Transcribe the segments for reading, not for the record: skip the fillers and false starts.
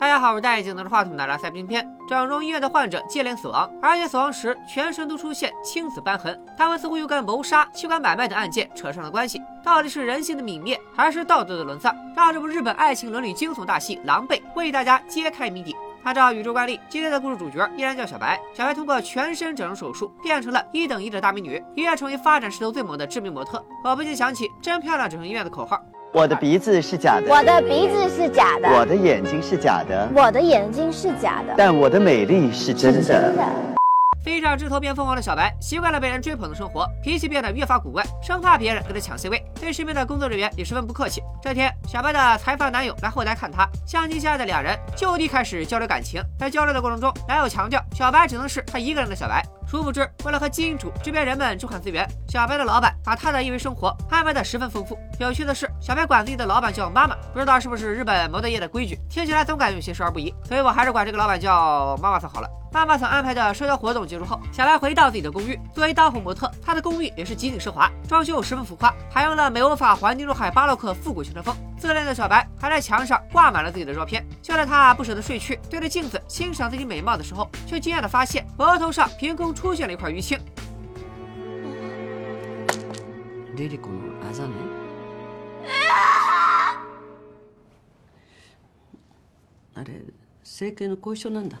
大家好，我是戴眼镜拿着话筒的拉塞今天整容医院的患者接连死亡，而且死亡时全身都出现青紫斑痕，他们似乎又跟谋杀、器官买卖等案件扯上了关系。到底是人性的泯灭，还是道德的沦丧？让这部日本爱情伦理惊悚大戏《狼狈》为大家揭开谜底。按照宇宙惯例，今天的故事主角依然叫小白。小白通过全身整容手术变成了1等1的大美女，一跃成为发展势头最猛的知名模特。我不禁想起真漂亮整容医院的口号。 我的鼻子是假的， 我的鼻子是假的， 我的眼睛是假的， 我的眼睛是假的， 但我的美丽是真的。 飞上枝头变凤凰的小白，习惯了被人追捧的生活，脾气变得越发古怪，生怕别人跟他抢 C 位，对身边的工作人员也十分不客气。这天，小白的财阀男友来后台看他，相亲相爱的两人就地开始交流感情。在交流的过程中，男友强调小白只能是他一个人的小白。殊不知，为了和金主这边人们争款资源，小白的老板把他的业余生活安排得十分丰富。有趣的是，小白管自己的老板叫妈妈，不知道是不是日本模特业的规矩，听起来总感觉有些少儿不宜，所以我还是管这个老板叫妈妈桑好了。妈妈桑安排的社交活动结束后，小白回到自己的公寓。作为当红模特，他的公寓也是极尽奢华，装修十分浮夸，采用了美欧法环地中海巴洛克复古形成风。自恋的小白还在墙上挂满了自己的照片。就在他不舍得睡去，对着镜子欣赏自己美貌的时候，却惊讶地发现额头上凭空出现了一块淤青。 リリコのあざね。あれ整形の後遺症なんだ。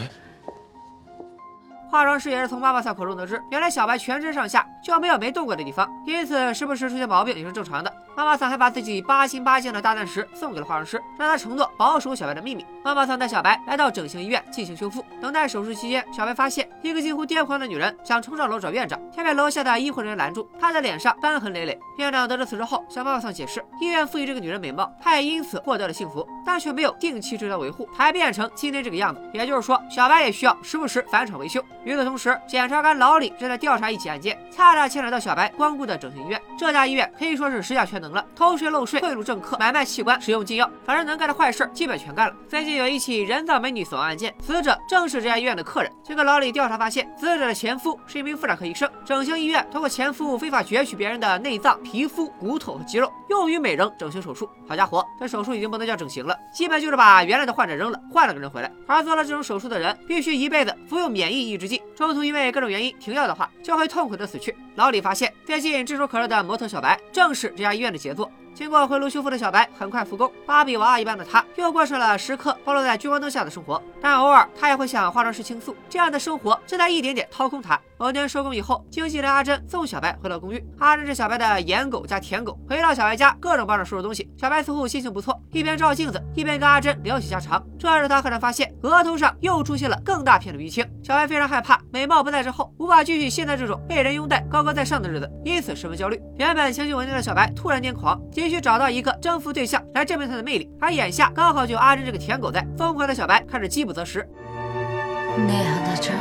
化妆师也是从妈妈桑口中得知，原来小白全身上下就没有没动过的地方，因此时不时出现毛病也是正常的。妈妈桑还把自己8星8件的大钻石送给了化妆师，让他承诺保守小白的秘密。妈妈桑带小白来到整形医院进行修复。等待手术期间，小白发现一个近乎癫狂的女人想冲上楼找院长，却被楼下的医护人员拦住，她的脸上斑痕累累。院长得知此事后，向妈妈桑解释，医院赋予这个女人美貌，她也因此获得了幸福，但却没有定期治疗维护，才变成今天这个样子。也就是说，小白也需要时不时返场维修。与此同时，检察官老李正在调查一起案件，恰恰牵扯到小白光顾的整形医院。这家医院可以说是十项全能了，偷税漏税、贿赂政客、买卖器官、使用禁药，反正能干的坏事基本全干了。最近有一起人造美女死亡案件，死者正是这家医院的客人。经过老李调查发现，死者的前夫是一名妇产科医生，整形医院通过前夫非法攫取别人的内脏、皮肤、骨头和肌肉，用于美容整形手术。好家伙，这手术已经不能叫整形了，基本就是把原来的患者扔了，换了个人回来。而做了这种手术的人必须一辈子服用免疫抑制剂，中途因为各种原因停药的话，就会痛苦的死去。老李发现最近炙手可热的模特小白正是这家医院的杰作。经过回炉修复的小白很快复工，芭比娃娃一般的他又过上了时刻暴露在聚光灯下的生活，但偶尔他也会向化妆师倾诉，这样的生活正在一点点掏空他。某天收工以后，经纪人阿珍送小白回到公寓，阿珍是小白的颜狗加舔狗，回到小白家各种帮着收拾东西。小白似乎心情不错，一边照镜子一边跟阿珍聊起家常。这时他赫然发现额头上又出现了更大片的淤青，小白非常害怕美貌不在之后无法继续现在这种被人拥戴高高在上的日子，因此十分焦虑。原本情绪稳定的小白突然癫狂，急需找到一个征服对象来证明他的魅力，而眼下刚好就有阿珍这个舔狗在。疯狂的小白开始饥不择食。 ねえ花ちゃん。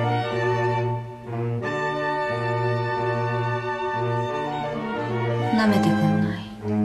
舐めてくんない？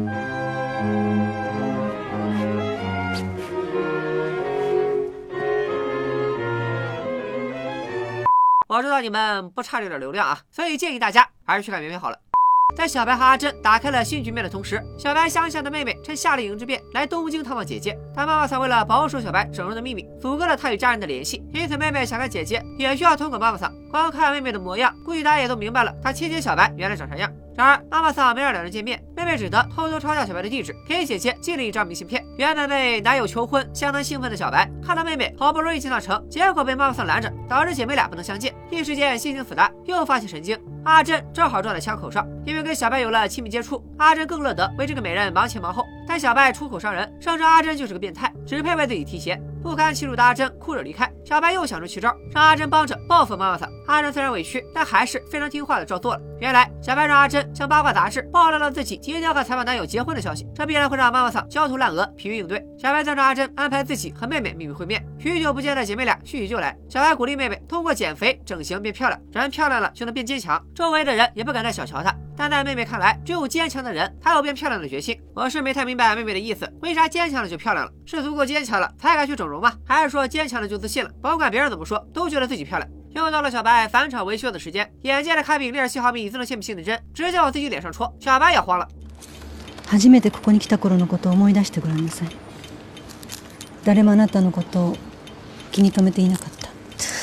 我知道你们不差这点流量啊，所以建议大家还是去看绵绵好了。在小白和阿珍打开了新局面的同时，小白乡下的妹妹趁夏令营之便来东京探望姐姐，但妈妈桑为了保守小白整容的秘密，阻隔了她与家人的联系，因此妹妹想看姐姐也需要通过妈妈桑。光看妹妹的模样，估计大家也都明白了她亲姐小白原来长啥样。然而妈妈桑没让两人见面，妹妹只得偷偷抄下小白的地址，给姐姐寄了一张明信片。原本为男友求婚相当兴奋的小白，看到妹妹好不容易进了城，结果被妈妈桑拦着，导致姐妹俩不能相见，一时间心情死大，又发起神经。阿珍正好撞在枪口上，因为跟小白有了亲密接触，阿珍更乐得为这个美人忙前忙后。但小白出口伤人，声称阿珍就是个变态，只配为自己提鞋。不堪其辱的阿珍哭着离开，小白又想出奇招，让阿珍帮着报复妈妈桑。阿珍虽然委屈，但还是非常听话的照做了。原来小白让阿珍向八卦杂志爆料了自己即将和财阀男友结婚的消息，这必然会让妈妈桑焦头烂额，疲于应对。小白则让阿珍安排自己和妹妹秘密会面。许久不见的姐妹俩叙叙旧来，小白鼓励妹妹通过减肥整形变漂亮，人漂亮了就能变坚强，周围的人也不敢再小瞧她。但在妹妹看来，只有坚强的人才有变漂亮的决心。我是没太明白妹妹的意思，为啥坚强了就漂亮了？是足够坚强了才敢去整容吗？还是说坚强了就自信了，甭管别人怎么说，都觉得自己漂亮？又到了小白返场维修的时间，眼见着开柄67毫米自动线不性的针直接往自己脸上戳，小白也慌了。 初めてここに来た頃のことを思い出してごらんなさい。 誰もあなたのことを気に留めていなかった。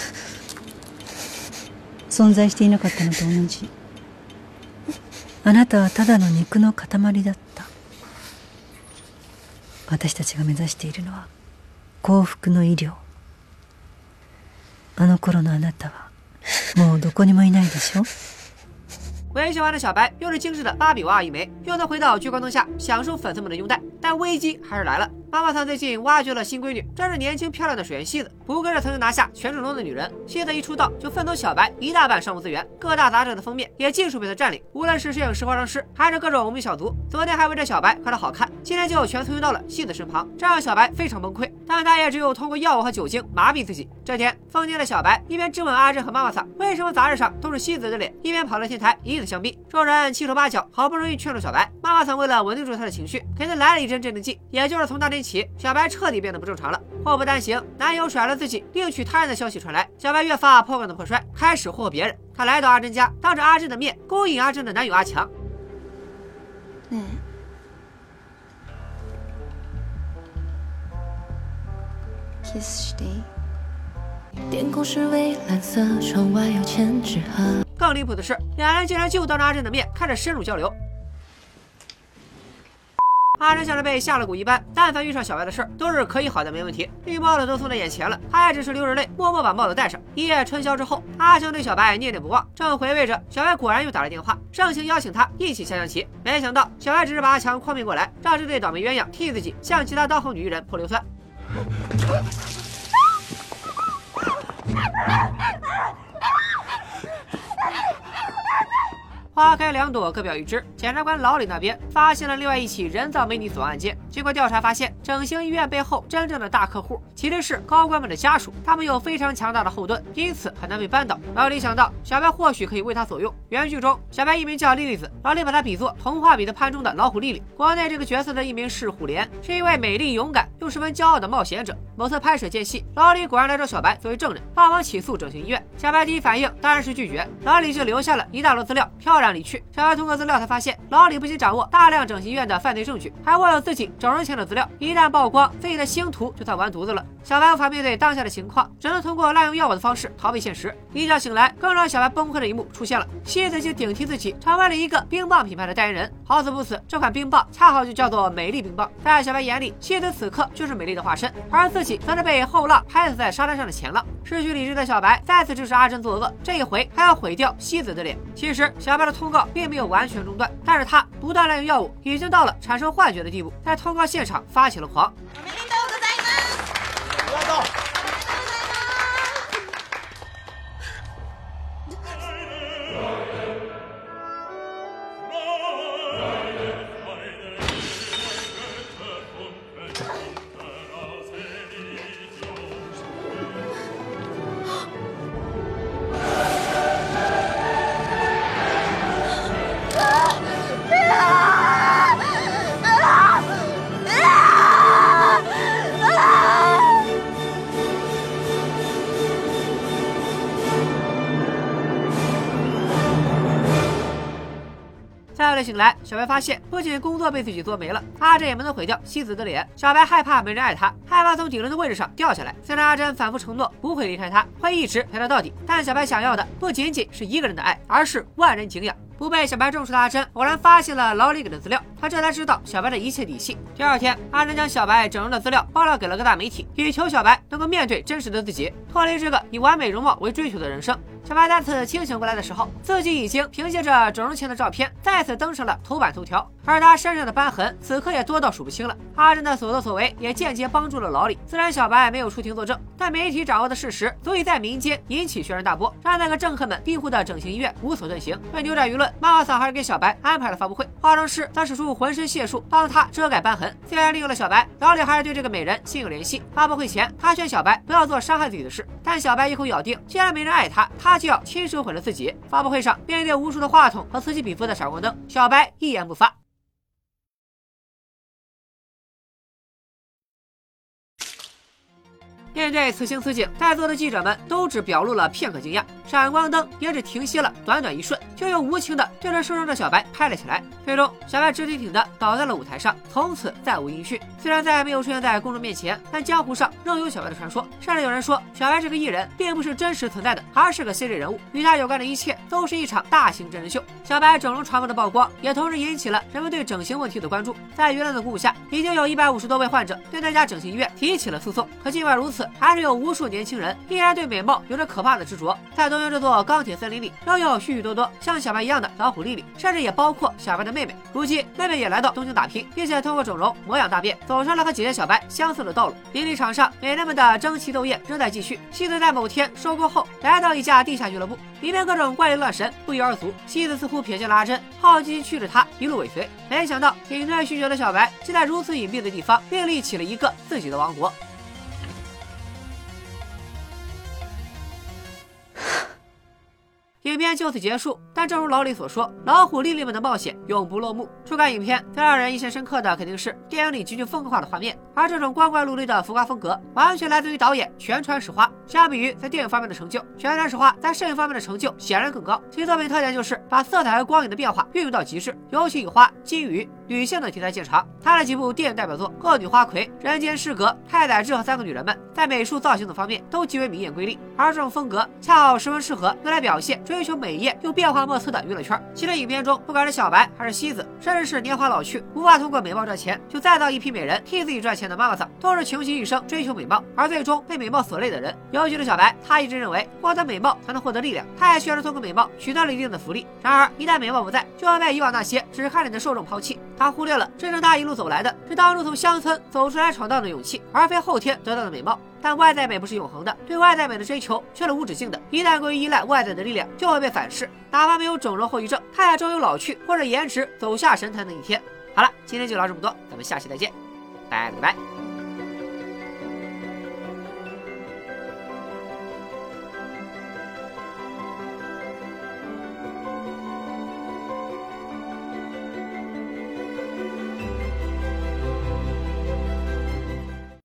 存在していなかったのと同じ。あなたはただの肉の塊だった。私たちが目指しているのは幸福の医療。あの頃のあなたはもうどこにもいないでしょ。 维修完的小白用着精致的芭比娃娃一枚，又能回到聚光灯下享受粉丝们的拥戴。但危机还是来了。妈妈桑最近挖掘了新闺女，这是年轻漂亮的水原希子，不愧是曾经拿下全成龙的女人。希子一出道就分走小白一大半商务资源，各大杂志的封面也尽数被她占领。无论是摄影师、化妆师，还是各种无名小卒，昨天还为这小白夸她好看，今天就全簇拥到了希子身旁，这让小白非常崩溃。但他也只有通过药物和酒精麻痹自己。这天，疯癫的小白一边质问阿珍和妈妈桑为什么杂志上都是希子的脸，一边跑到天台以死相逼。众人七手八脚，好不容易劝住小白。妈妈桑为了稳定住他的情绪，给他来了一针镇定剂。也就是从那天起，小白彻底变得不正常了。祸不单行，男友甩了自己，另娶他人的消息传来，小白越发破罐子破摔，开始霍霍别人。他来到阿珍家，当着阿珍的面勾引阿珍的男友阿强。 kiss していい？天空是蔚蓝色，窗外有千纸鹤。 更离谱的是，两人竟然就当着阿珍的面开始深入交流。阿珍像是被下了蛊一般，但凡遇上小白的事都是可以好的没问题。绿帽子都送在眼前了，他也只是流着泪，默默把帽子戴上。一夜春宵之后，阿强对小白念念不忘，正回味着，小白果然又打了电话，盛情邀请他一起下象棋。没想到小白只是把阿强诓骗过来，让这对倒霉鸳鸯替自己向其他当红女艺人泼硫酸。花开两朵，各表一枝。检察官老李那边发现了另外一起人造美女死亡案件。经过调查发现，整形医院背后真正的大客户其实是高官们的家属，他们有非常强大的后盾，因此很难被扳倒。老李想到小白或许可以为他所用。原剧中，小白艺名叫莉莉子，老李把她比作童话彼得潘中的老虎莉莉。国内这个角色的艺名是虎莲，是一位美丽勇敢又十分骄傲的冒险者。某次拍摄间隙，老李果然来找小白作为证人，帮忙起诉整形医院。小白第一反应当然是拒绝，老李就留下了一大摞资料，飘然离去。小白通过资料才发现，老李不仅掌握大量整形医院的犯罪证据，还握有自己整容前的资料。一旦曝光，自己的星途就算完犊子了。小白无法面对当下的情况，只能通过滥用药物的方式逃避现实。一觉醒来，更让小白崩溃的一幕出现了：希子竟顶替自己，成为了一个冰棒品牌的代言人。好死不死，这款冰棒恰好就叫做美丽冰棒。在小白眼里，希子此刻就是美丽的化身，而自己则是被后浪拍死在沙滩上的前浪。失去理智的小白再次指使阿珍作恶，这一回还要毁掉希子的脸。其实小白的通告并没有完全中断，但是他不断滥用药物，已经到了产生幻觉的地步，在通告现场发起了狂。再睡醒来，小白发现不仅工作被自己做没了，阿珍也没能毁掉希子的脸。小白害怕没人爱他，害怕从顶轮的位置上掉下来。虽然阿珍反复承诺不会离开他，会一直陪他到底，但小白想要的不仅仅是一个人的爱，而是万人敬仰。不被小白重视的阿珍偶然发现了老李给的资料，他这才知道小白的一切底细。第二天，阿珍将小白整容的资料爆料给了各大媒体，以求小白能够面对真实的自己，脱离这个以完美容貌为追求的人生。小白再次清醒过来的时候，自己已经凭借着整容前的照片再次登上了头版头条，而他身上的斑痕此刻也多到数不清了。阿珍的所作所为也间接帮助了老李。虽然小白没有出庭作证，但媒体掌握的事实足以在民间引起轩然大波，让那个政客们庇护的整形医院无所遁形。为扭转舆论，妈妈桑还是给小白安排了发布会，化妆师则使出浑身解数帮他遮盖斑痕。虽然利用了小白，老李还是对这个美人心有怜惜。发布会前，他劝小白不要做伤害自己的事，但小白一口咬定，既然没人爱他，他就要亲手毁了自己。发布会上，面对无数的话筒和此起彼伏的闪光灯，小白一言不发。面对此情此景，在座的记者们都只表露了片刻惊讶，闪光灯也只停歇了短短一瞬，就又无情地对着受伤的小白拍了起来。最终，小白直挺挺地倒在了舞台上，从此再无音讯。 虽然再也没有出现在公众面前，但江湖上仍有小白的传说，甚至有人说小白这个艺人并不是真实存在的，而是个 CG 人物，与他有关的一切都是一场大型真人秀。小白整容传闻的曝光，也同时引起了人们对整形问题的关注。在舆论的鼓舞下，已经有150多位患者对那家整形医院提起了诉讼。可尽管如此，还是有无数年轻人依然对美貌有着可怕的执着。在东京这座钢铁森林里，仍有许许多多像小白一样的老虎丽丽，甚至也包括小白的妹妹。如今，妹妹也来到东京打拼，并且通过整容模样大变，走上了和姐姐小白相似的道路。名利场上，美人们的争奇斗艳仍在继续。西子在某天收工后，来到一家地下俱乐部，里面各种怪力乱神不一而足。西子似乎瞥见了阿珍，好奇心驱着她一路尾随。没想到隐退酗酒的小白，竟在如此隐蔽的地方另立起了一个自己的王国。影片就此结束，但正如老李所说，老虎丽丽们的冒险永不落幕。初看影片，最让人印象深刻的肯定是电影里极具风格化的画面，而这种光怪陆离的浮夸风格，完全来自于导演全川史花。相比于在电影方面的成就，全川史花在摄影方面的成就显然更高。其作品特点就是把色彩和光影的变化运用到极致，尤其以花、金鱼、女性的题材见长。他的几部电影代表作《恶女花魁》、《人间失格》、《太宰治和三个女人们》在美术造型等方面都极为明艳瑰丽，而这种风格恰好十分适合用来表现追求美艳又变化莫测的娱乐圈。其实影片中不管是小白还是西子，甚至是年华老去无法通过美貌赚钱就再造一批美人替自己赚钱的妈妈桑，都是穷其一生追求美貌而最终被美貌所累的人。尤其是小白，他一直认为获得美貌才能获得力量，他也确实通过美貌取得了一定的福利。然而一旦美貌不在，就会被以往那些只看脸的受众抛弃。他忽略了真正他一路走来的是当初从乡村走出来闯荡的勇气，而非后天得到的美貌。但外在美不是永恒的，对外在美的追求却是无止境的。一旦过于依赖外在的力量，就会被反噬。哪怕没有整容后遗症，他也终有老去或者颜值走下神坛的一天。好了，今天就聊这么多，咱们下期再见，拜了个拜。